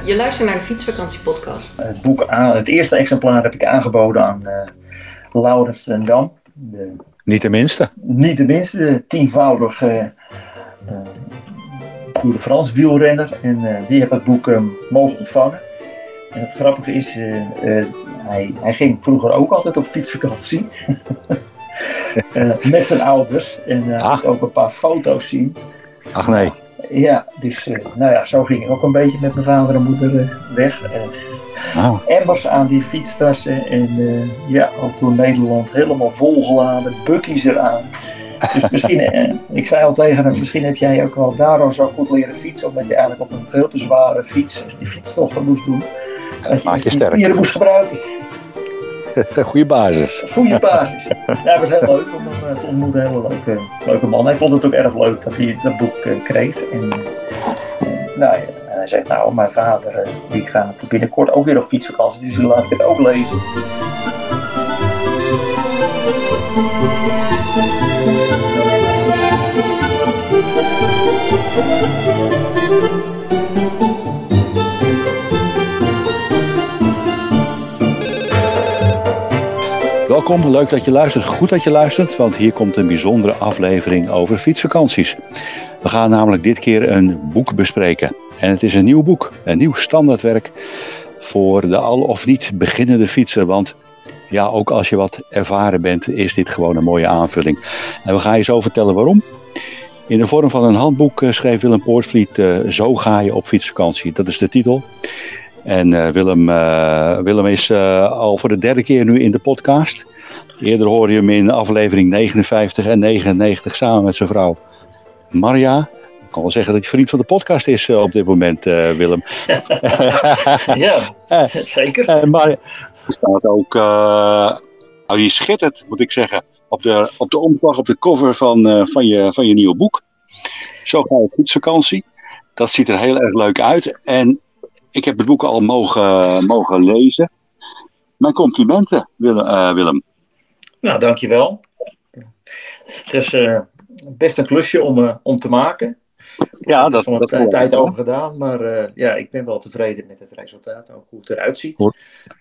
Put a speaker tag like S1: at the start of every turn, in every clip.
S1: Je luistert naar de Fietsvakantie-podcast.
S2: Het eerste exemplaar heb ik aangeboden aan Laurens ten Dam.
S3: Niet de minste.
S2: Niet de minste, de tienvoudige Tour de France wielrenner. En die heeft het boek mogen ontvangen. En het grappige is, hij ging vroeger ook altijd op fietsvakantie. Met zijn ouders. En had ook een paar foto's zien.
S3: Ach nee.
S2: Ja, dus zo ging ik ook een beetje met mijn vader en moeder weg. Emmers aan die fietstassen en ook door Nederland helemaal volgeladen, buggies eraan. Dus misschien, ik zei al tegen hem, misschien heb jij ook wel daardoor zo goed leren fietsen, omdat je eigenlijk op een veel te zware fiets die fietstochten moest doen. Dat je die spieren moest gebruiken.
S3: Goeie basis.
S2: Goeie basis. Ja, het was heel leuk om hem te ontmoeten. Een hele leuke man. Hij vond het ook erg leuk dat hij dat boek kreeg. En hij zei, mijn vader die gaat binnenkort ook weer op fietsvakantie, dus laat ik het ook lezen.
S3: Welkom, leuk dat je luistert. Goed dat je luistert, want hier komt een bijzondere aflevering over fietsvakanties. We gaan namelijk dit keer een boek bespreken. En het is een nieuw boek, een nieuw standaardwerk voor de al of niet beginnende fietser. Want ja, ook als je wat ervaren bent, is dit gewoon een mooie aanvulling. En we gaan je zo vertellen waarom. In de vorm van een handboek schreef Willem Poortvliet, Zo ga je op fietsvakantie. Dat is de titel. En Willem is al voor de derde keer nu in de podcast. Eerder hoorde je hem in aflevering 59 en 99 samen met zijn vrouw Marja. Ik kan wel zeggen dat hij vriend van de podcast is op dit moment, Willem.
S2: Ja, zeker.
S3: Marja staat ook, die schittert, moet ik zeggen, op de omslag, op de cover van je nieuwe boek. Zo ga je op fietsvakantie. Dat ziet er heel erg leuk uit. En ik heb het boek al mogen lezen. Mijn complimenten, Willem.
S2: Nou, dankjewel. Het is best een klusje om te maken.
S3: Ja,
S2: dat is er tijd over gedaan. Maar ik ben wel tevreden met het resultaat. Ook hoe het eruit ziet.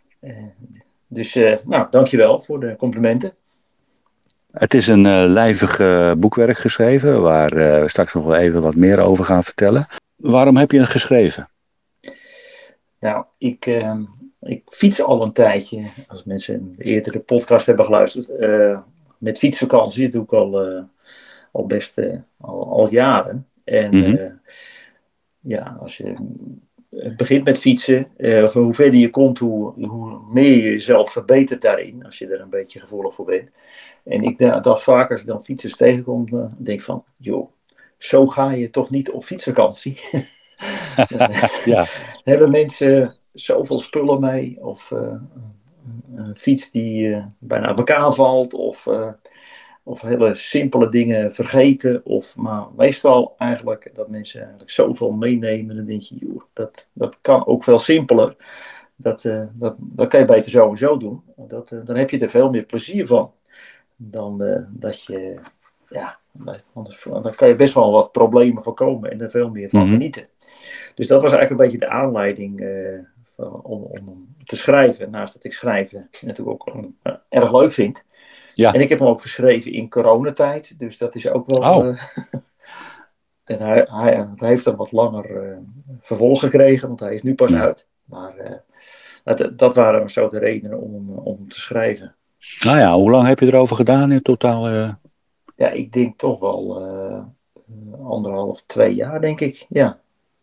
S2: Dankjewel voor de complimenten.
S3: Het is een lijvig boekwerk geschreven. Waar we straks nog wel even wat meer over gaan vertellen. Waarom heb je het geschreven?
S2: Nou, ik fiets al een tijdje, als mensen eerder de podcast hebben geluisterd, met fietsvakantie, dat doe ik al jaren. En als je begint met fietsen, hoe verder je komt, hoe meer je jezelf verbetert daarin, als je er een beetje gevoelig voor bent. En ik dacht vaak, als ik dan fietsers tegenkom, denk van, joh, zo ga je toch niet op fietsvakantie?
S3: Ja.
S2: Hebben mensen zoveel spullen mee of een fiets die bijna op elkaar valt of hele simpele dingen vergeten maar meestal eigenlijk dat mensen eigenlijk zoveel meenemen, dan denk je, joh, dat kan ook veel simpeler, dat kan je beter zo en zo doen, dan heb je er veel meer plezier van dan dat je dan kan je best wel wat problemen voorkomen en er veel meer van genieten. Dus dat was eigenlijk een beetje de aanleiding om te schrijven. Naast dat ik schrijven natuurlijk ook erg leuk vind. Ja. En ik heb hem ook geschreven in coronatijd. Dus dat is ook wel... en hij heeft een wat langer vervolg gekregen. Want hij is nu pas uit. Maar dat waren zo de redenen om te schrijven.
S3: Nou ja, hoe lang heb je erover gedaan in totaal?
S2: Ja, ik denk toch wel 1,5-2 jaar, denk ik. Ja.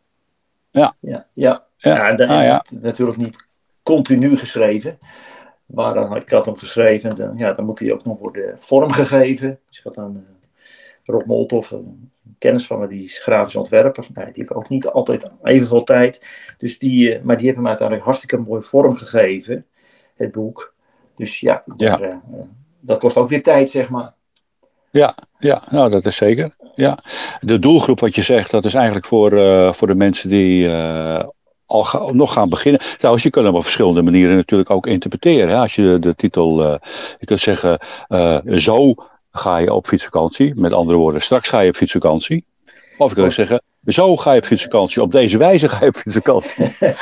S2: Natuurlijk niet continu geschreven. Maar ik had hem geschreven. Dan moet hij ook nog worden vormgegeven. Dus ik had aan Rob Molthoff, een kennis van me, die is grafisch ontwerper. Die heeft ook niet altijd evenveel tijd. Dus maar die heeft hem uiteindelijk hartstikke mooi vormgegeven. Het boek. Dus dat kost ook weer tijd, zeg maar.
S3: Ja, nou dat is zeker. Ja. De doelgroep wat je zegt, dat is eigenlijk voor de mensen die nog gaan beginnen. Trouwens, je kunt hem op verschillende manieren natuurlijk ook interpreteren. Hè? Als je de titel, je kunt zeggen, zo ga je op fietsvakantie. Met andere woorden, straks ga je op fietsvakantie. Of je kunt zeggen, Zo ga je op fietsvakantie. Op deze wijze ga je op fietsvakantie.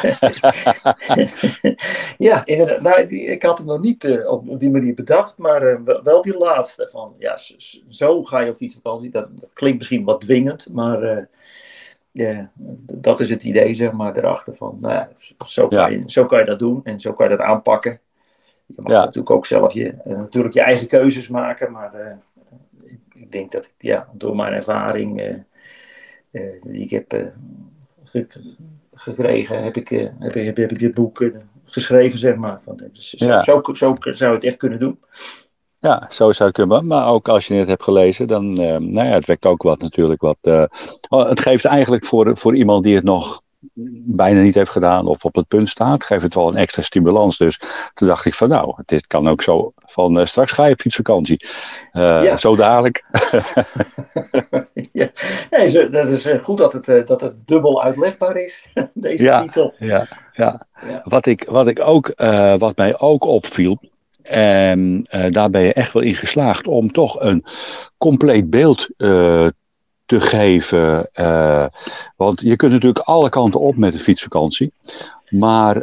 S2: Ja, inderdaad. Nou, ik had hem nog niet op die manier bedacht, maar wel die laatste. Van, ja, zo ga je op fietsvakantie. Dat klinkt misschien wat dwingend, maar dat is het idee, zeg maar, erachter van. Nou ja, zo kan je dat doen en zo kan je dat aanpakken. Je mag natuurlijk ook zelf natuurlijk je eigen keuzes maken, maar ik denk dat ik door mijn ervaring die ik heb gekregen, heb ik dit boek geschreven, zeg maar. Zo zou je het echt kunnen doen.
S3: Ja, zo zou het kunnen. Maar ook als je het hebt gelezen, dan het wekt ook wat natuurlijk. Het geeft eigenlijk voor iemand die het nog bijna niet heeft gedaan of op het punt staat, geeft het wel een extra stimulans. Dus toen dacht ik van dit kan ook zo van straks ga je op fietsvakantie. Zo dadelijk.
S2: Ja. Nee, dat is goed dat het dubbel uitlegbaar is, deze titel.
S3: Ja. Wat mij ook opviel, en daar ben je echt wel in geslaagd om toch een compleet beeld te geven. Want je kunt natuurlijk alle kanten op met een fietsvakantie. Maar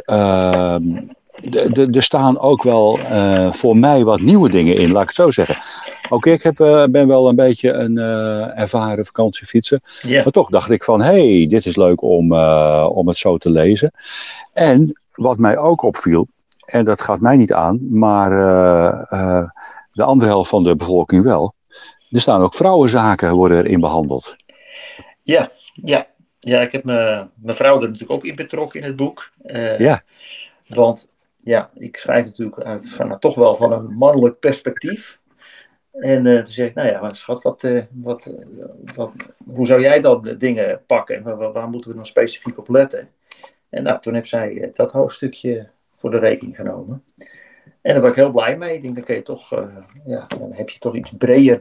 S3: er staan ook wel voor mij wat nieuwe dingen in, laat ik het zo zeggen. Oké, ik ben wel een beetje een ervaren vakantiefietser. Yeah. Maar toch dacht ik van, dit is leuk om het zo te lezen. En wat mij ook opviel, en dat gaat mij niet aan, maar de andere helft van de bevolking wel. Er staan ook vrouwenzaken worden erin behandeld.
S2: Ja, ik heb mijn vrouw er natuurlijk ook in betrokken in het boek. Want ik schrijf natuurlijk toch wel van een mannelijk perspectief. En toen zeg ik, maar schat, hoe zou jij dan de dingen pakken? En waar moeten we dan specifiek op letten? En toen heeft zij dat hoofdstukje voor de rekening genomen. En daar ben ik heel blij mee. Ik denk, dan kun je toch, dan heb je toch iets breder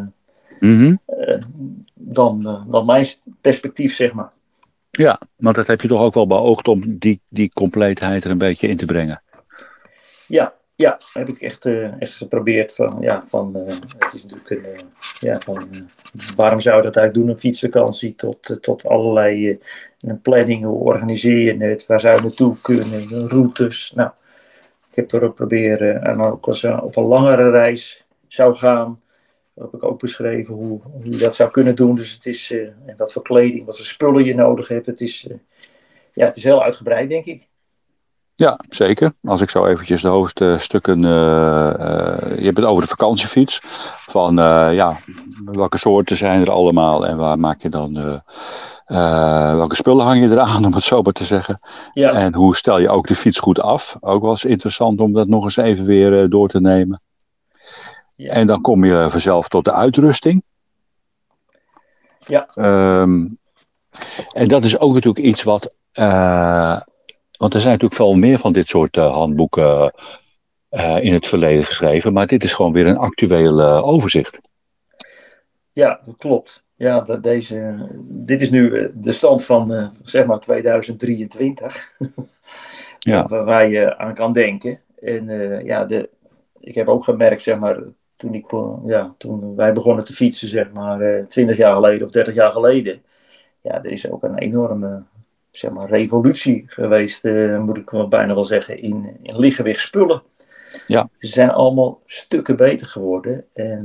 S2: dan mijn perspectief, zeg maar.
S3: Ja, want dat heb je toch ook wel beoogd om die compleetheid er een beetje in te brengen.
S2: Ja, heb ik echt geprobeerd. Het is natuurlijk waarom zou je dat eigenlijk doen, een fietsvakantie, tot allerlei een planning, hoe organiseer je het, waar zou je naartoe kunnen, routes. Nou, ik heb erop proberen, en ook als je op een langere reis zou gaan, heb ik ook beschreven hoe je dat zou kunnen doen. Dus het is, en wat voor kleding, wat voor spullen je nodig hebt. Het is heel uitgebreid, denk ik.
S3: Ja, zeker. Als ik zo eventjes de hoofdstukken... je hebt het over de vakantiefiets. Van welke soorten zijn er allemaal en waar maak je dan... welke spullen hang je eraan, om het zo maar te zeggen. Ja. En hoe stel je ook de fiets goed af. Ook wel eens interessant om dat nog eens even weer door te nemen. Ja. En dan kom je vanzelf tot de uitrusting.
S2: Ja.
S3: En dat is ook natuurlijk iets wat... want er zijn natuurlijk veel meer van dit soort handboeken in het verleden geschreven. Maar dit is gewoon weer een actueel overzicht. Ja,
S2: dat klopt. Ja, dit is nu de stand van zeg maar 2023.
S3: Ja.
S2: Waar je aan kan denken. En ik heb ook gemerkt, zeg maar, toen wij begonnen te fietsen, zeg maar 20 jaar geleden of 30 jaar geleden. Ja, er is ook een enorme... zeg maar, revolutie geweest, moet ik wel bijna wel zeggen, in lichtgewicht spullen.
S3: Ja.
S2: Ze zijn allemaal stukken beter geworden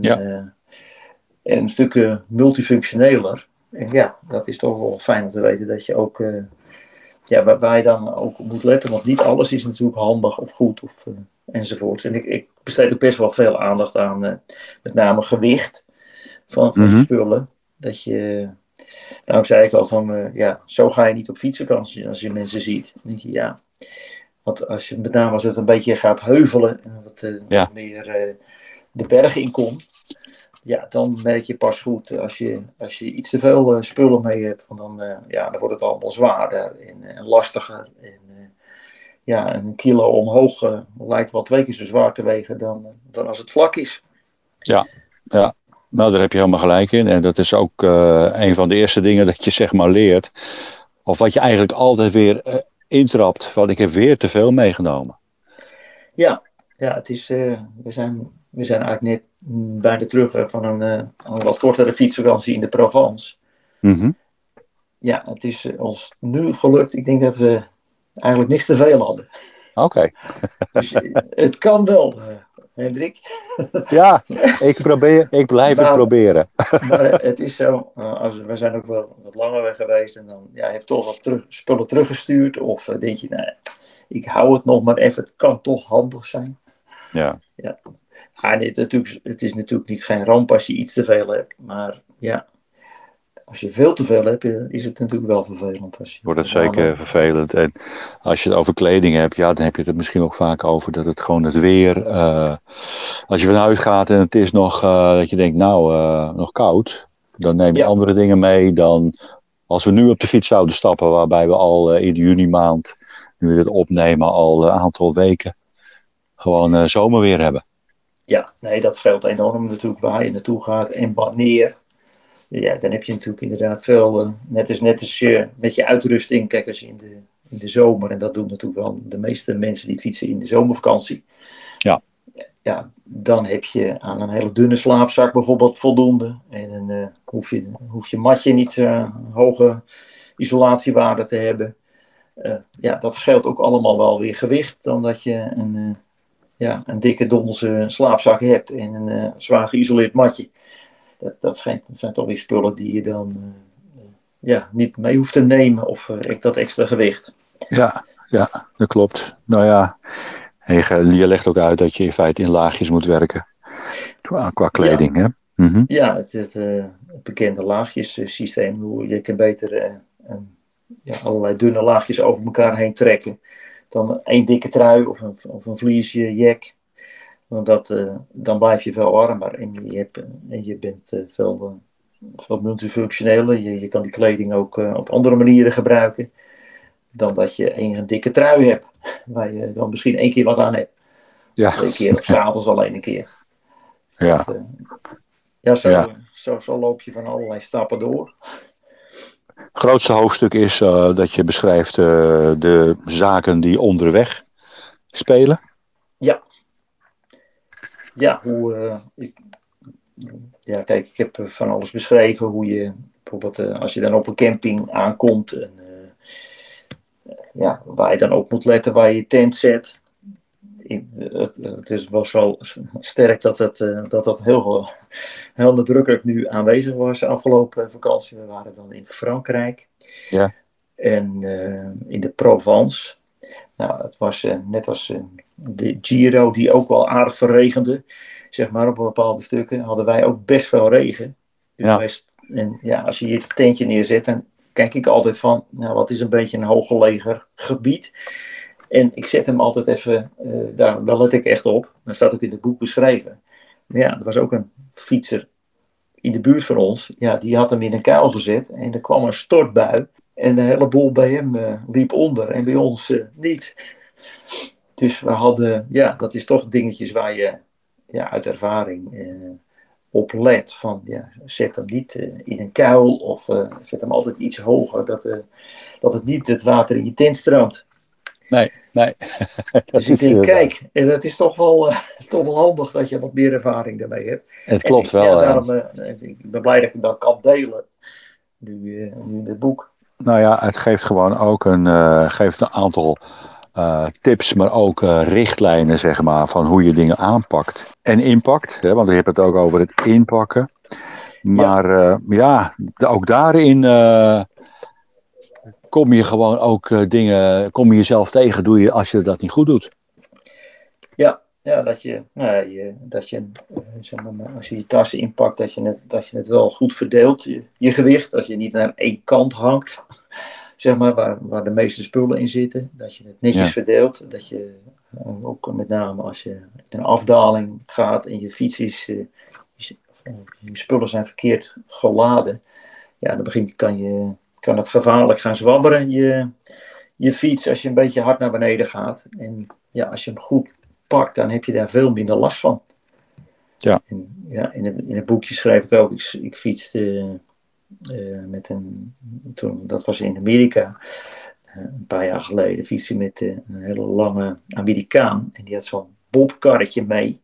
S2: en stukken multifunctioneler. En dat is toch wel fijn om te weten dat je ook, waar je dan ook op moet letten, want niet alles is natuurlijk handig of goed enzovoorts. En ik besteed ook best wel veel aandacht aan, met name gewicht van die spullen. Dat je... Daarom zei ik al van, zo ga je niet op fietsvakantie als je mensen ziet. Dan denk je, want met name als het een beetje gaat heuvelen en wat meer de bergen in komt, dan merk je pas goed als je iets te veel spullen mee hebt, want dan wordt het allemaal zwaarder en lastiger. En een kilo omhoog lijkt wel 2 keer zo zwaar te wegen dan als het vlak is.
S3: Ja. Nou, daar heb je helemaal gelijk in. En dat is ook een van de eerste dingen dat je zeg maar leert. Of wat je eigenlijk altijd weer intrapt. Van ik heb weer te veel meegenomen.
S2: Ja, het is, we zijn eigenlijk net bijna terug van een wat kortere fietsvakantie in de Provence.
S3: Mm-hmm.
S2: Ja, het is ons nu gelukt. Ik denk dat we eigenlijk niks te veel hadden.
S3: Oké.
S2: Dus het kan wel, Hendrik.
S3: Ja, ik blijf het proberen.
S2: Maar het is zo, we zijn ook wel wat langer weg geweest en dan heb je toch wat spullen teruggestuurd. Of denk je, nou, ik hou het nog maar even, het kan toch handig zijn.
S3: Ja.
S2: Ja. Het is natuurlijk geen ramp als je iets te veel hebt. Maar ja, als je veel te veel hebt, is het natuurlijk wel vervelend.
S3: Wordt het zeker vervelend. En als je het over kleding hebt, dan heb je het misschien ook vaak over dat het gewoon het weer. Als je van huis gaat en het is nog, dat je denkt, nog koud. Dan neem je andere dingen mee dan als we nu op de fiets zouden stappen. Waarbij we al in juni maand, nu we het opnemen, al een aantal weken gewoon zomerweer hebben.
S2: Ja, nee, dat scheelt enorm natuurlijk waar je naartoe gaat en wanneer. Ja, dan heb je natuurlijk inderdaad veel, net als je met je uitrusting, kijk als je in de zomer, en dat doen natuurlijk wel de meeste mensen die fietsen in de zomervakantie. Ja, dan heb je aan een hele dunne slaapzak bijvoorbeeld voldoende. En dan hoef je matje niet hoge isolatiewaarde te hebben. Dat scheelt ook allemaal wel weer gewicht dan dat je een dikke donse slaapzak hebt en een zwaar geïsoleerd matje. Dat zijn toch weer spullen die je dan niet mee hoeft te nemen of dat extra gewicht.
S3: Ja, dat klopt. Nou ja, je legt ook uit dat je in feite in laagjes moet werken qua kleding.
S2: Ja,
S3: hè? Mm-hmm.
S2: Ja, het bekende laagjessysteem. Je kan beter allerlei dunne laagjes over elkaar heen trekken dan één dikke trui of een vliesje jack. Want dan blijf je veel warmer en je bent veel multifunctioneler. Je kan die kleding ook op andere manieren gebruiken dan dat je een dikke trui hebt, waar je dan misschien 1 keer wat aan hebt.
S3: Ja.
S2: 2 keer of 's avonds alleen 1 keer. Dus zo loop je van allerlei stappen door.
S3: Grootste hoofdstuk is dat je beschrijft de zaken die onderweg spelen.
S2: Kijk, ik heb van alles beschreven hoe je bijvoorbeeld als je dan op een camping aankomt en waar je dan op moet letten waar je je tent zet. Het was wel sterk dat dat heel nadrukkelijk nu aanwezig was de afgelopen vakantie. We waren dan in Frankrijk en in de Provence. Nou, het was net als de Giro die ook wel aardig verregende. Zeg maar op bepaalde stukken hadden wij ook best veel regen. Dus als je je tentje neerzet, dan kijk ik altijd van, wat is een beetje een hooggelegen gebied. En ik zet hem altijd even, daar let ik echt op. Dat staat ook in het boek beschreven. Maar er was ook een fietser in de buurt van ons. Ja, die had hem in een kuil gezet en er kwam een stortbui. En de hele boel bij hem liep onder en bij ons niet. Dus we hadden, dat is toch dingetjes waar je uit ervaring op let. Van, zet hem niet in een kuil of zet hem altijd iets hoger. Dat het niet het water in je tent stroomt.
S3: Nee.
S2: Dus ik denk, kijk, dat is toch wel handig dat je wat meer ervaring daarmee hebt.
S3: Het klopt wel.
S2: Daarom, ik ben blij dat ik dat kan delen. Nu in het boek.
S3: Nou ja, het geeft gewoon ook een aantal tips, maar ook richtlijnen, zeg maar, van hoe je dingen aanpakt en inpakt. Hè, want je hebt het ook over het inpakken. Maar ook daarin kom je gewoon ook kom je jezelf tegen, doe je als je dat niet goed doet.
S2: Dat je zeg maar, als je je tassen inpakt, dat je het wel goed verdeelt, je gewicht, als je niet naar één kant hangt, zeg maar, waar de meeste spullen in zitten, dat je het netjes verdeelt, dat je ook met name als je in een afdaling gaat en je fiets je spullen zijn verkeerd geladen, dan kan het gevaarlijk gaan zwabberen, je fiets, als je een beetje hard naar beneden gaat. En als je hem goed pakt, dan heb je daar veel minder last van.
S3: Ja.
S2: En, in het boekje schrijf ik ook, ik fietste dat was in Amerika, een paar jaar geleden, fietste met een hele lange Amerikaan. En die had zo'n bobkarretje mee.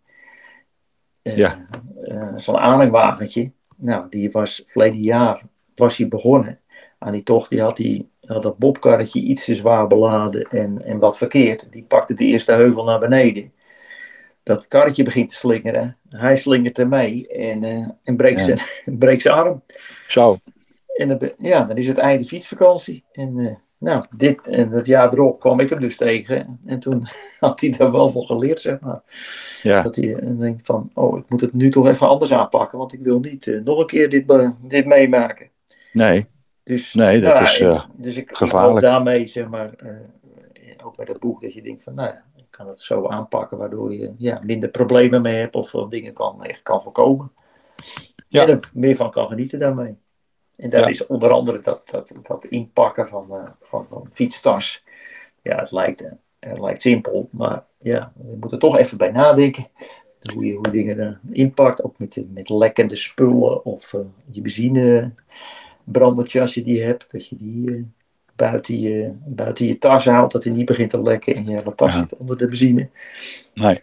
S2: Zo'n aanhangwagentje. Nou, die was verleden jaar begonnen. aan die tocht, die had dat bobkarretje iets te zwaar beladen en wat verkeerd. Die pakte de eerste heuvel naar beneden. Dat karretje begint te slingeren. Hij slingert ermee en breekt zijn arm.
S3: Zo.
S2: En dan is het einde fietsvakantie. En dat jaar erop kwam ik hem dus tegen. En toen had hij daar wel van geleerd, zeg maar.
S3: Ja.
S2: Dat hij denkt van, ik moet het nu toch even anders aanpakken. Want ik wil niet nog een keer dit meemaken.
S3: Nee.
S2: Dus,
S3: Dat is
S2: dus ik
S3: gevaarlijk.
S2: hoop daarmee, zeg maar, ook met het boek, dat je denkt van, ik kan het zo aanpakken, waardoor je minder problemen mee hebt of dingen kan voorkomen.
S3: Ja.
S2: En er meer van kan genieten daarmee. En dat is onder andere dat inpakken van fietstas. Ja, het lijkt simpel, maar ja, we moeten toch even bij nadenken. Hoe je dingen inpakt, ook met lekkende spullen of je benzinebrandertje als je die hebt. Dat je die buiten je tas houdt, dat hij niet begint te lekken en je hele tas zit onder de benzine.
S3: Nee.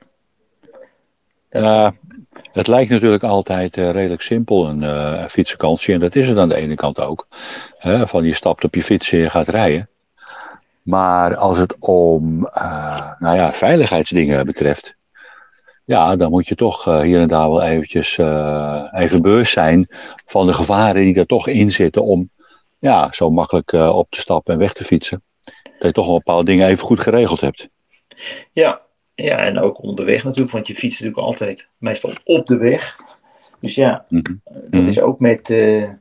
S3: Het lijkt natuurlijk altijd redelijk simpel, een fietsvakantie. En dat is het aan de ene kant ook. Van je stapt op je fiets en je gaat rijden. Maar als het om veiligheidsdingen betreft. Ja, dan moet je toch hier en daar wel eventjes even bewust zijn van de gevaren die er toch in zitten om zo makkelijk op te stappen en weg te fietsen. Dat je toch wel bepaalde dingen even goed geregeld hebt.
S2: Ja, en ook onderweg natuurlijk, want je fietst natuurlijk altijd meestal op de weg. Dus dat is ook met, je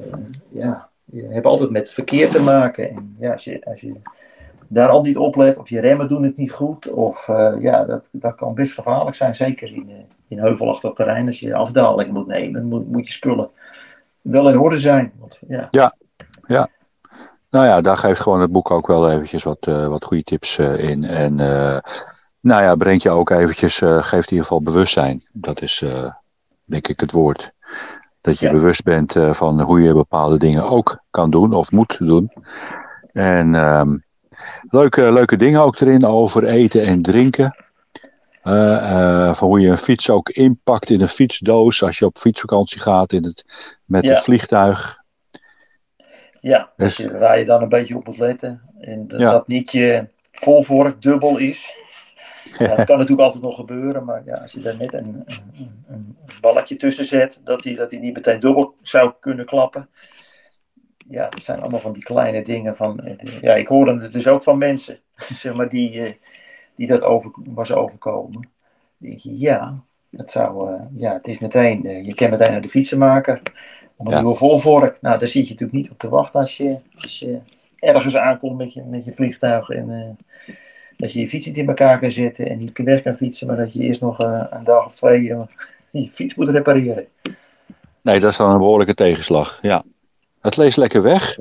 S2: hebt altijd met verkeer te maken. En als je daar al niet op let, of je remmen doen het niet goed, of dat kan best gevaarlijk zijn, zeker in heuvelachtig terrein. Als je afdaling moet nemen, moet je spullen wel in orde zijn. Want,
S3: ja. Nou ja, daar geeft gewoon het boek ook wel eventjes wat goede tips in. En brengt je ook eventjes, geeft in ieder geval bewustzijn. Dat is denk ik het woord. Dat je bewust bent van hoe je bepaalde dingen ook kan doen of moet doen. En leuke dingen ook erin over eten en drinken. Van hoe je een fiets ook inpakt in een fietsdoos als je op fietsvakantie gaat met het vliegtuig.
S2: Ja, dus waar je dan een beetje op moet letten. En dat niet je volvork dubbel is. Ja, dat kan natuurlijk altijd nog gebeuren. Maar als je daar net een balletje tussen zet, dat hij niet meteen dubbel zou kunnen klappen. Ja, dat zijn allemaal van die kleine dingen. Ik hoorde het dus ook van mensen, zeg maar, die dat was overkomen. Dan denk je, dat zou, het is meteen, je kent meteen naar de fietsenmaker. Om een nieuwe volvork. Nou, daar zit je natuurlijk niet op te wachten als je ergens aankomt met je vliegtuig. En dat je je fiets niet in elkaar kan zetten en niet weg kan fietsen. Maar dat je eerst nog een dag of 2 je fiets moet repareren.
S3: Nee, dat is dan een behoorlijke tegenslag, ja. Het leest lekker weg.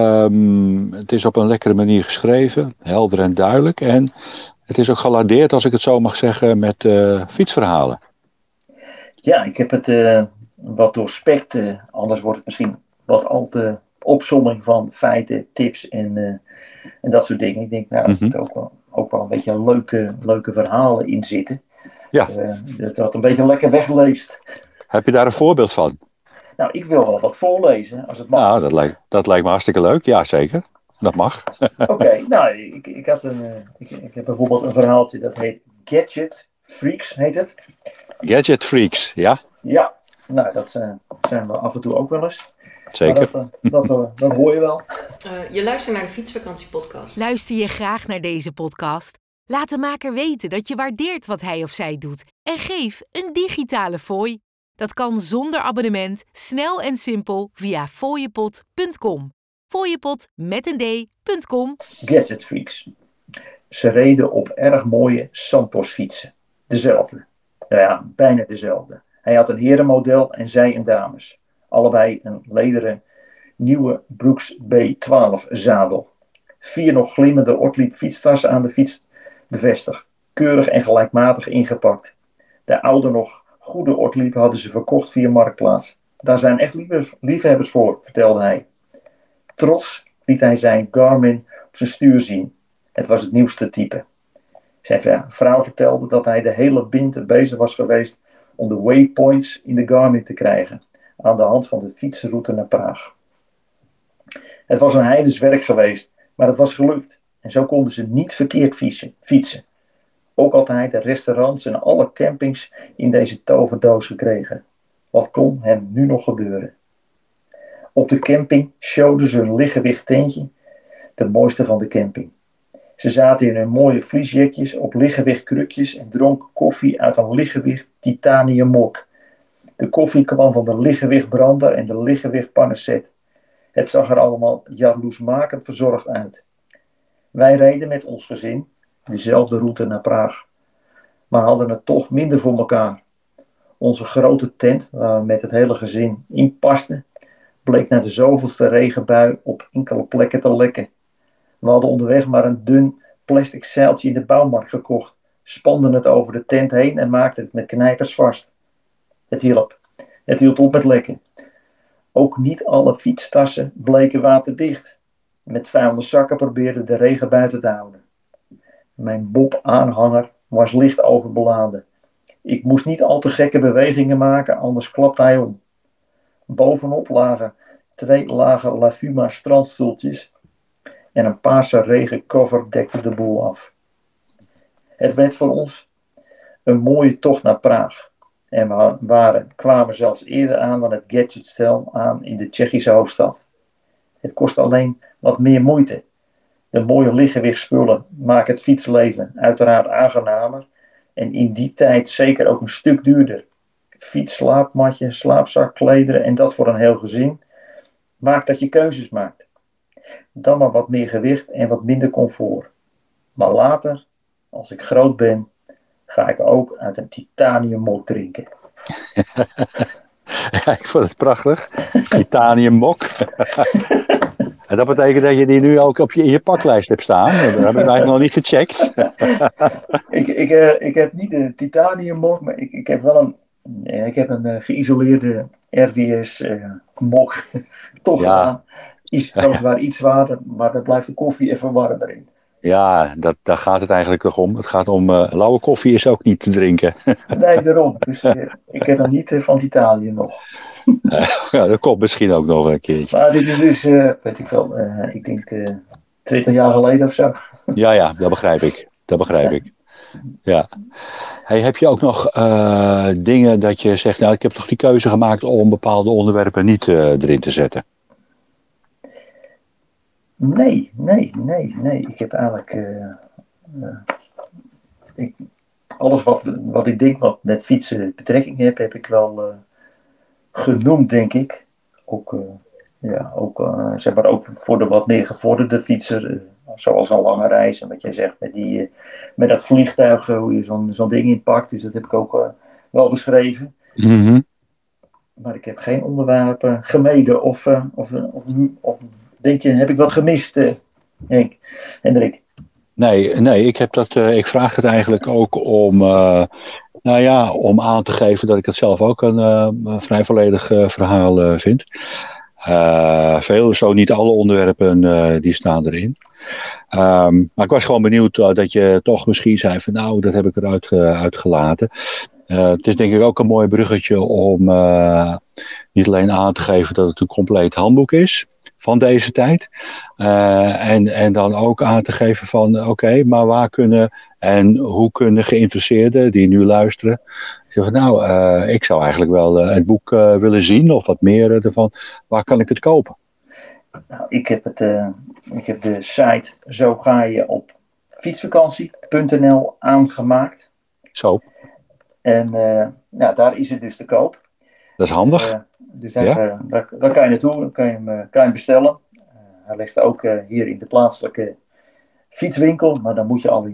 S3: Het is op een lekkere manier geschreven. Helder en duidelijk. En het is ook gelardeerd, als ik het zo mag zeggen, met fietsverhalen. Ja,
S2: ik heb het wat doorspekt. Anders wordt het misschien wat al te opsomming van feiten, tips en dat soort dingen. Ik denk, er moeten ook wel een beetje leuke verhalen in zitten.
S3: Ja.
S2: Dat een beetje lekker wegleest.
S3: Heb je daar een voorbeeld van?
S2: Nou, ik wil wel wat voorlezen, als het mag.
S3: Nou, dat lijkt me hartstikke leuk. Ja, zeker. Dat mag.
S2: Oké, nou, ik heb bijvoorbeeld een verhaaltje dat heet Gadget Freaks, heet het.
S3: Gadget Freaks, ja.
S2: Ja, nou, dat zijn we af en toe ook wel eens.
S3: Zeker.
S2: Dat hoor je wel.
S1: Je luistert naar de Fietsvakantiepodcast.
S4: Luister je graag naar deze podcast? Laat de maker weten dat je waardeert wat hij of zij doet. En geef een digitale fooi. Dat kan zonder abonnement, snel en simpel via fooiepot.com. Fooiepot met een d.com.
S2: Gadget Freaks. Ze reden op erg mooie Santos fietsen. Dezelfde. Nou ja, bijna dezelfde. Hij had een herenmodel en zij een dames. Allebei een lederen nieuwe Brooks B12 zadel. 4 nog glimmende Ortlieb fietstassen aan de fiets bevestigd. Keurig en gelijkmatig ingepakt. De oude nog goede Ortlieb hadden ze verkocht via Marktplaats. Daar zijn echt liefhebbers voor, vertelde hij. Trots liet hij zijn Garmin op zijn stuur zien. Het was het nieuwste type. Zijn vrouw vertelde dat hij de hele winter bezig was geweest om de waypoints in de Garmin te krijgen. Aan de hand van de fietsroute naar Praag. Het was een heidens werk geweest, maar het was gelukt. En zo konden ze niet verkeerd fietsen. Ook altijd de restaurants en alle campings in deze toverdoos gekregen. Wat kon hem nu nog gebeuren? Op de camping showden ze een lichtgewicht tentje, de mooiste van de camping. Ze zaten in hun mooie vliesjekjes op lichtgewicht krukjes en dronken koffie uit een lichtgewicht titanium mok. De koffie kwam van de lichtgewicht brander en de lichtgewicht panacet. Het zag er allemaal jaloersmakend verzorgd uit. Wij reden met ons gezin dezelfde route naar Praag, maar hadden het toch minder voor elkaar. Onze grote tent, waar we met het hele gezin in pasten, bleek na de zoveelste regenbui op enkele plekken te lekken. We hadden onderweg maar een dun plastic zeiltje in de bouwmarkt gekocht, spanden het over de tent heen en maakten het met knijpers vast. Het hielp. Het hield op met lekken. Ook niet alle fietstassen bleken waterdicht. Met vuile zakken probeerden de regen buiten te houden. Mijn Bob-aanhanger was licht overbeladen. Ik moest niet al te gekke bewegingen maken, anders klapte hij om. Bovenop lagen 2 lage Lafuma strandstoeltjes en een paarse regencover dekte de boel af. Het werd voor ons een mooie tocht naar Praag. En we kwamen zelfs eerder aan dan het gadgetstel aan in de Tsjechische hoofdstad. Het kost alleen wat meer moeite. De mooie lichtgewichtspullen maken het fietsleven uiteraard aangenamer en in die tijd zeker ook een stuk duurder. Fiets, slaapmatje, slaapzak, klederen en dat voor een heel gezin maakt dat je keuzes maakt. Dan maar wat meer gewicht en wat minder comfort. Maar later, als ik groot ben, ga ik ook uit een titanium mok drinken.
S3: Ja, ik vond het prachtig. Titanium mok. En dat betekent dat je die nu ook in je paklijst hebt staan. Dat heb ik eigenlijk nog niet gecheckt.
S2: Ik heb niet een titanium mok, maar ik heb wel een geïsoleerde RVS mok toch gedaan. Weliswaar iets zwaarder, maar dan blijft de koffie even warmer in.
S3: Ja, daar gaat het eigenlijk toch om. Het gaat om, lauwe koffie is ook niet te drinken.
S2: Nee, daarom. Dus ik heb hem niet van titanium nog.
S3: Ja, dat komt misschien ook nog een keertje.
S2: Maar dit is dus, weet ik veel, ik denk 20 jaar geleden of zo.
S3: Ja, dat begrijp ik. Ja. Hey, heb je ook nog dingen dat je zegt, nou, ik heb toch die keuze gemaakt om bepaalde onderwerpen niet erin te zetten?
S2: Nee. Ik heb eigenlijk alles wat ik denk wat met fietsen betrekking heb ik wel genoemd, denk ik. Ook zeg maar ook voor de wat meer gevorderde fietser, zoals een lange reis en wat jij zegt met dat vliegtuig, hoe je zo'n ding inpakt. Dus dat heb ik ook wel beschreven.
S3: Mm-hmm.
S2: Maar ik heb geen onderwerpen gemeden of denk je, heb ik wat gemist, Henk, Hendrik?
S3: Nee, ik vraag het eigenlijk ook om aan te geven dat ik het zelf ook een vrij volledig verhaal vind. Veel, zo niet alle onderwerpen die staan erin. Maar ik was gewoon benieuwd dat je toch misschien zei van nou, dat heb ik eruit uitgelaten. Het is denk ik ook een mooi bruggetje om niet alleen aan te geven dat het een compleet handboek is van deze tijd. En dan ook aan te geven van oké, maar waar kunnen en hoe kunnen geïnteresseerden die nu luisteren zeggen van nou, ik zou eigenlijk wel het boek willen zien of wat meer ervan. Waar kan ik het kopen?
S2: Nou, ik heb de site Zo ga je op fietsvakantie.nl aangemaakt.
S3: Zo.
S2: En daar is het dus te koop.
S3: Dat is handig.
S2: Dus daar kan je naartoe, dan kan je hem bestellen. Hij ligt ook hier in de plaatselijke fietswinkel, maar dan moet je al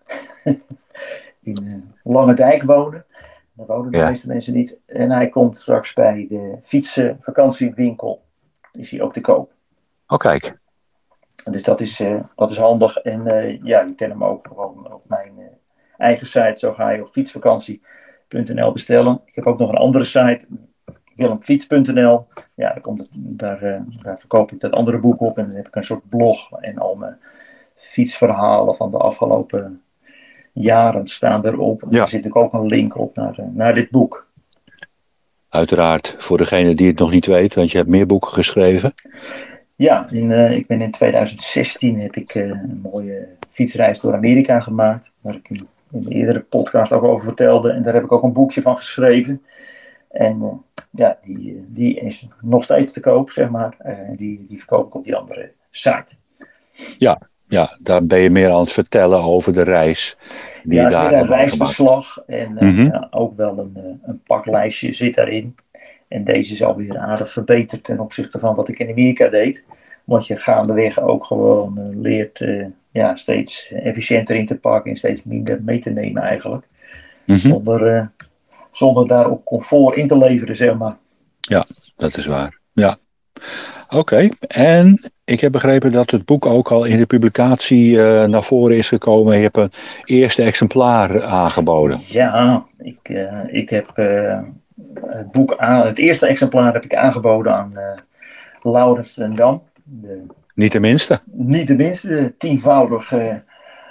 S2: in Langendijk wonen. Daar wonen de meeste mensen niet. En hij komt straks bij de fietsvakantiewinkel. Is hij ook te koop.
S3: Oh, kijk.
S2: Dus dat is handig. En je kan hem ook gewoon op mijn eigen site. Zo ga je op fietsvakantie.nl bestellen. Ik heb ook nog een andere site. Willemfiets.nl. Ja, daar verkoop ik dat andere boek op. En dan heb ik een soort blog. En al mijn fietsverhalen van de afgelopen jaren staan erop. En daar zit ook een link op naar dit boek.
S3: Uiteraard, voor degene die het nog niet weet, want je hebt meer boeken geschreven.
S2: Ja, ik ben in 2016 heb ik een mooie fietsreis door Amerika gemaakt. Waar ik in de eerdere podcast ook over vertelde. En daar heb ik ook een boekje van geschreven. En die is nog steeds te koop, zeg maar. Die verkoop ik op die andere site.
S3: Ja, daar ben je meer aan het vertellen over de reis. Die
S2: Ja,
S3: je
S2: het is
S3: daar
S2: meer een
S3: hebt
S2: reisverslag. En
S3: Mhm.
S2: ook wel een paklijstje zit daarin. En deze is alweer aardig verbeterd ten opzichte van wat ik in Amerika deed. Want je gaandeweg ook gewoon leert steeds efficiënter in te pakken en steeds minder mee te nemen eigenlijk.
S3: Mhm.
S2: Zonder daarop comfort in te leveren, zeg maar.
S3: Ja, dat is waar. Ja. Oké, en ik heb begrepen dat het boek ook al in de publicatie naar voren is gekomen. Je hebt een eerste exemplaar aangeboden.
S2: Ja, ik heb het boek het eerste exemplaar heb ik aangeboden aan Laurens ten Dam.
S3: Niet de minste.
S2: Niet de minste, de tienvoudige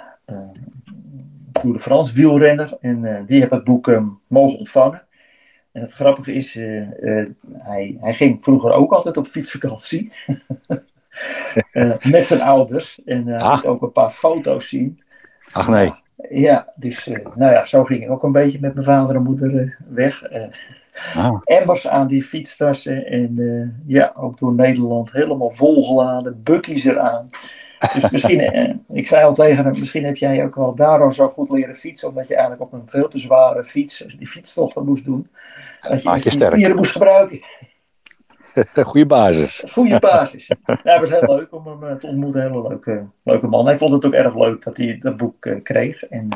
S2: Tour de France wielrenner. En die heeft het boek mogen ontvangen. En het grappige is, hij ging vroeger ook altijd op fietsvakantie. Met zijn ouders. En hij liet ook een paar foto's zien.
S3: Ach nee.
S2: Ja, dus zo ging ik ook een beetje met mijn vader en moeder weg. Emmers aan die fietstassen. En ook door Nederland helemaal volgeladen. Bukkies eraan. Dus misschien, ik zei al tegen hem, misschien heb jij ook wel daardoor zo goed leren fietsen. Omdat je eigenlijk op een veel te zware fiets die fietstochten moest doen. Dat je die spieren moest gebruiken.
S3: Goeie basis.
S2: Goeie basis. Het was heel leuk om hem te ontmoeten. Een hele leuke man. Hij vond het ook erg leuk dat hij dat boek kreeg. En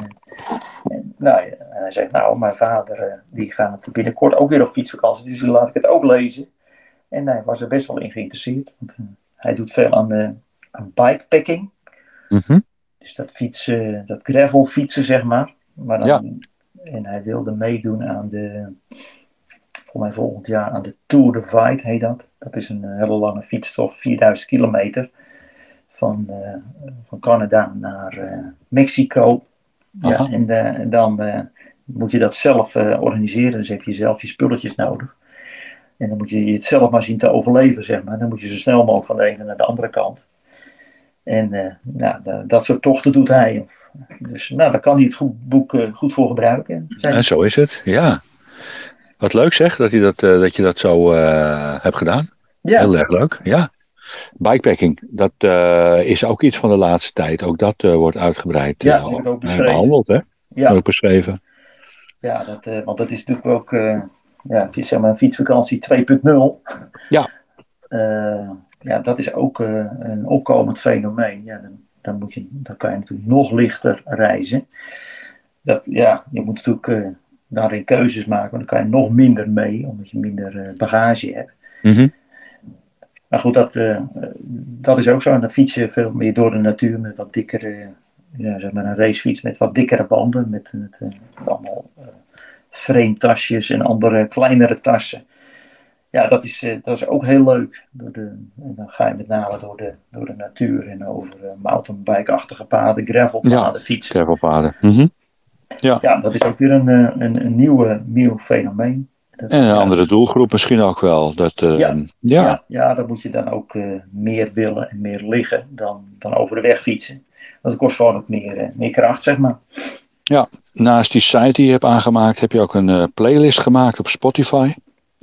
S2: hij zegt, mijn vader die gaat binnenkort ook weer op fietsvakantie. Dus laat ik het ook lezen. En hij was er best wel in geïnteresseerd. Want hij doet veel aan bikepacking.
S3: Mm-hmm.
S2: Dus dat fietsen, dat gravel fietsen, zeg maar. En hij wilde meedoen aan voor mij volgend jaar aan de Tour de Vite heet dat. Dat is een hele lange fietstocht, 4000 kilometer. Van Canada naar Mexico. Ja, en dan moet je dat zelf organiseren. Dus heb je zelf je spulletjes nodig. En dan moet je het zelf maar zien te overleven, zeg maar. Dan moet je zo snel mogelijk van de ene naar de andere kant. En dat soort tochten doet hij. Dus daar kan hij het boek goed voor gebruiken.
S3: En zo is het, ja. Wat leuk zeg, dat je dat zo hebt gedaan. Ja. Heel erg leuk, ja. Bikepacking, dat is ook iets van de laatste tijd. Ook dat wordt uitgebreid
S2: is ook
S3: behandeld, hè?
S2: Ja.
S3: Ook beschreven.
S2: Ja, want dat is natuurlijk ook het is zeg maar een fietsvakantie 2.0.
S3: Ja.
S2: Dat is ook een opkomend fenomeen. Ja, dan kan je natuurlijk nog lichter reizen. Je moet natuurlijk daarin keuzes maken, want dan kan je nog minder mee, omdat je minder bagage hebt.
S3: Mm-hmm.
S2: Maar goed, dat is ook zo. En dan fiets je veel meer door de natuur met wat dikkere, zeg maar een racefiets met wat dikkere banden, met allemaal frame tasjes en andere kleinere tassen. Ja, dat is ook heel leuk. En dan ga je met name door de natuur en over mountainbike-achtige paden, gravelpaden fietsen.
S3: Gravelpaden. Mm-hmm.
S2: Ja, dat is ook weer een nieuw fenomeen.
S3: En een andere doelgroep misschien ook wel.
S2: Dat moet je dan ook meer willen en meer liggen dan over de weg fietsen. Dat kost gewoon ook meer kracht, zeg maar.
S3: Ja, naast die site die je hebt aangemaakt, heb je ook een playlist gemaakt op Spotify.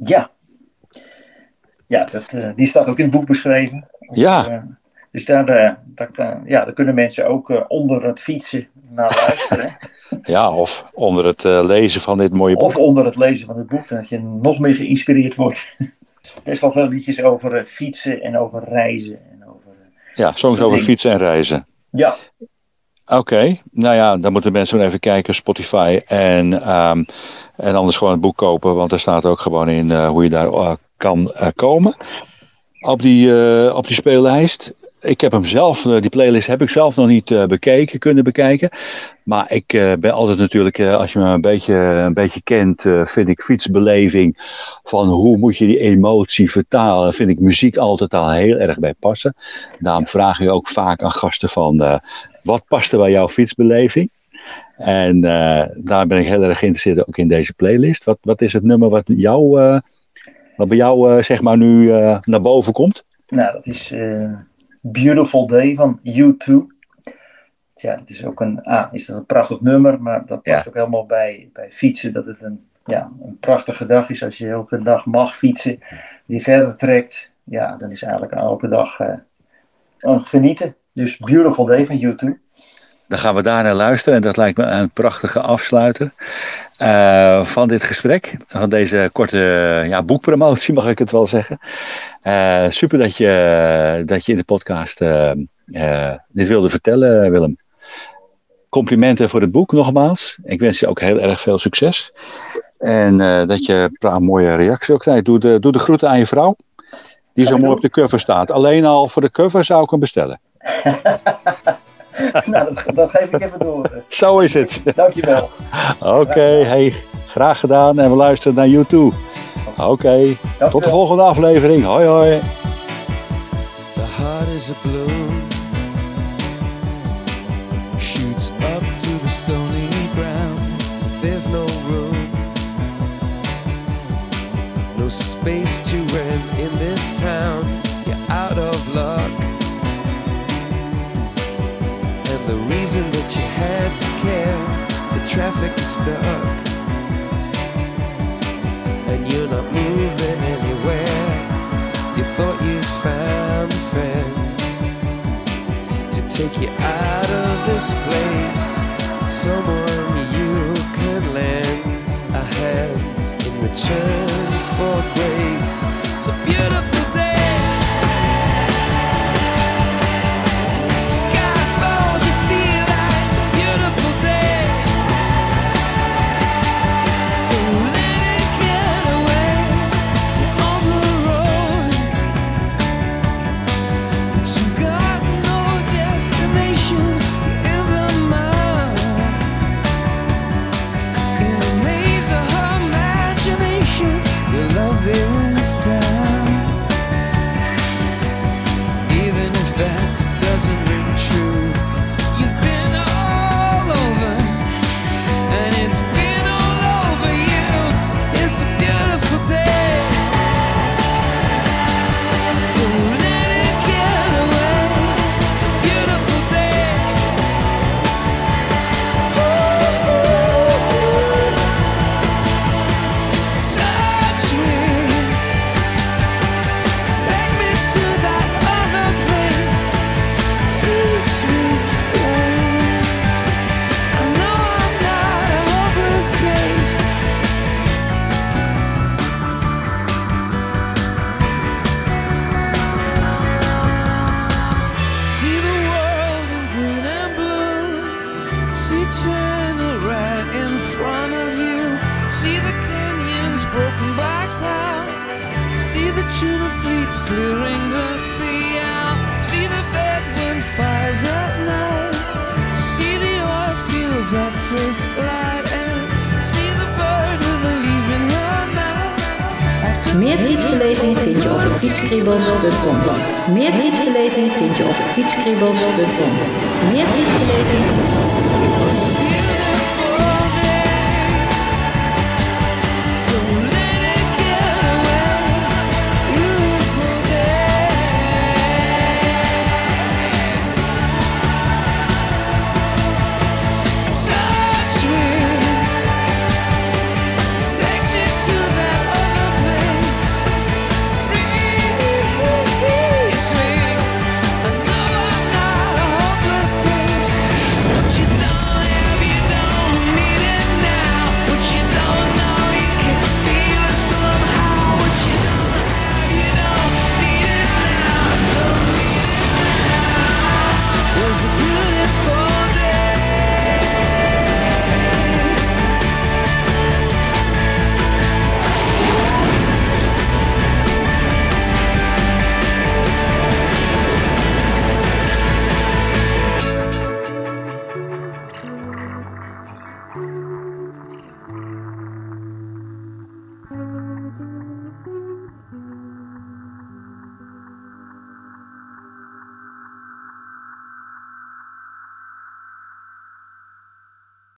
S2: Ja, die staat ook in het boek beschreven. Dus daar kunnen mensen ook onder het fietsen naar luisteren.
S3: Ja, of onder het lezen van dit mooie boek.
S2: Of onder het lezen van het boek, dat je nog meer geïnspireerd wordt. Best wel veel liedjes over fietsen en over reizen.
S3: Songs over fietsen en reizen.
S2: Ja.
S3: Oké, dan moeten mensen even kijken, Spotify. En anders gewoon het boek kopen, want er staat ook gewoon in hoe je daar kan komen. Op die speellijst. Ik heb hem zelf, die playlist heb ik zelf nog niet kunnen bekijken. Maar ik ben altijd natuurlijk, als je me een beetje kent, vind ik fietsbeleving van hoe moet je die emotie vertalen, vind ik muziek altijd al heel erg bij passen. Daarom vraag ik ook vaak aan gasten van, wat past er bij jouw fietsbeleving? En daar ben ik heel erg geïnteresseerd ook in deze playlist. Wat is het nummer wat bij jou zeg maar nu naar boven komt?
S2: Nou, dat is Beautiful Day van U2. Ja, dat is ook is dat een prachtig nummer, maar dat past ook helemaal bij fietsen. Dat het een prachtige dag is. Als je elke dag mag fietsen, die verder trekt, ja, dan is eigenlijk elke dag genieten. Dus Beautiful Day van U2.
S3: Dan gaan we daar naar luisteren en dat lijkt me een prachtige afsluiter van dit gesprek. Van deze korte boekpromotie, mag ik het wel zeggen. Super dat je in de podcast dit wilde vertellen, Willem. Complimenten voor het boek nogmaals. Ik wens je ook heel erg veel succes. En dat je een mooie reactie ook krijgt. Doe de groeten aan je vrouw. Die zo mooi op de cover staat. Alleen al voor de cover zou ik hem bestellen.
S2: Nou, dat geef ik even door.
S3: Zo is het.
S2: Dankjewel.
S3: Oké, graag gedaan. En we luisteren naar U2. Oké, tot de volgende aflevering. Hoi hoi.
S5: The heart is a bloom, shoots up through the stony ground. There's no room, no space to rent in this town. You're out of luck, and the reason that you had to care, the traffic is stuck, and you're not moving anywhere. You thought you found a friend to take you out of this place, someone you can lend a hand in return for grace. It's a beautiful day. Sky falls, you feel like it's a beautiful day. So let it get away. You're on the road, but you've got no destination. You're in the mud, in the maze of her imagination. Your love is down, even if that doesn't ring true. You've been all over, and it's been all over you. It's a beautiful day. So let it get away. It's a beautiful day. Touch me, take me to that other place. Teach me, I know I'm not a hopeless case. See the world in green and blue. See China right in front of you. See the canyons broken by cloud. See the tuna fleets clearing the sea out. See the bedroom fires at night. See the oil fields at first light. And see the bird with a leaf in her mouth.
S6: Meer fietsbeleving vind je op fietskriebels.com. Meer fietsbeleving vind je op fietskriebels.com. Meer fietsbeleving.